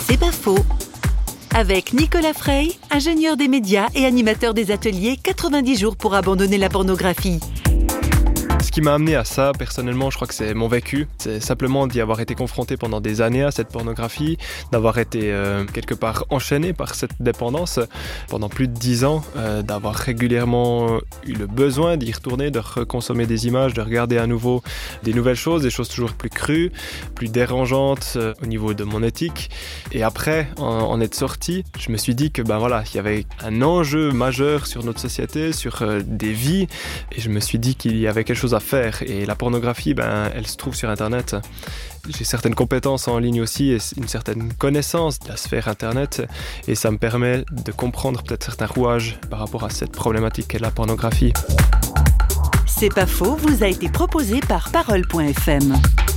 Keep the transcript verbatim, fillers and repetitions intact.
C'est pas faux. Avec Nicolas Frey, ingénieur des médias et animateur des ateliers quatre-vingt-dix jours pour abandonner la pornographie. Ce qui m'a amené à ça, personnellement, je crois que c'est mon vécu. C'est simplement d'y avoir été confronté pendant des années à cette pornographie, d'avoir été euh, quelque part enchaîné par cette dépendance pendant plus de dix ans, euh, d'avoir régulièrement eu le besoin d'y retourner, de reconsommer des images, de regarder à nouveau des nouvelles choses, des choses toujours plus crues, plus dérangeantes euh, au niveau de mon éthique. Et après, en, en être sorti, je me suis dit que ben voilà, il y avait un enjeu majeur sur notre société, sur euh, des vies, et je me suis dit qu'il y avait quelque chose à faire. Et la pornographie, ben, elle se trouve sur Internet. J'ai certaines compétences en ligne aussi et une certaine connaissance de la sphère Internet, et ça me permet de comprendre peut-être certains rouages par rapport à cette problématique qu'est la pornographie. C'est pas faux, vous a été proposé par parole point f m.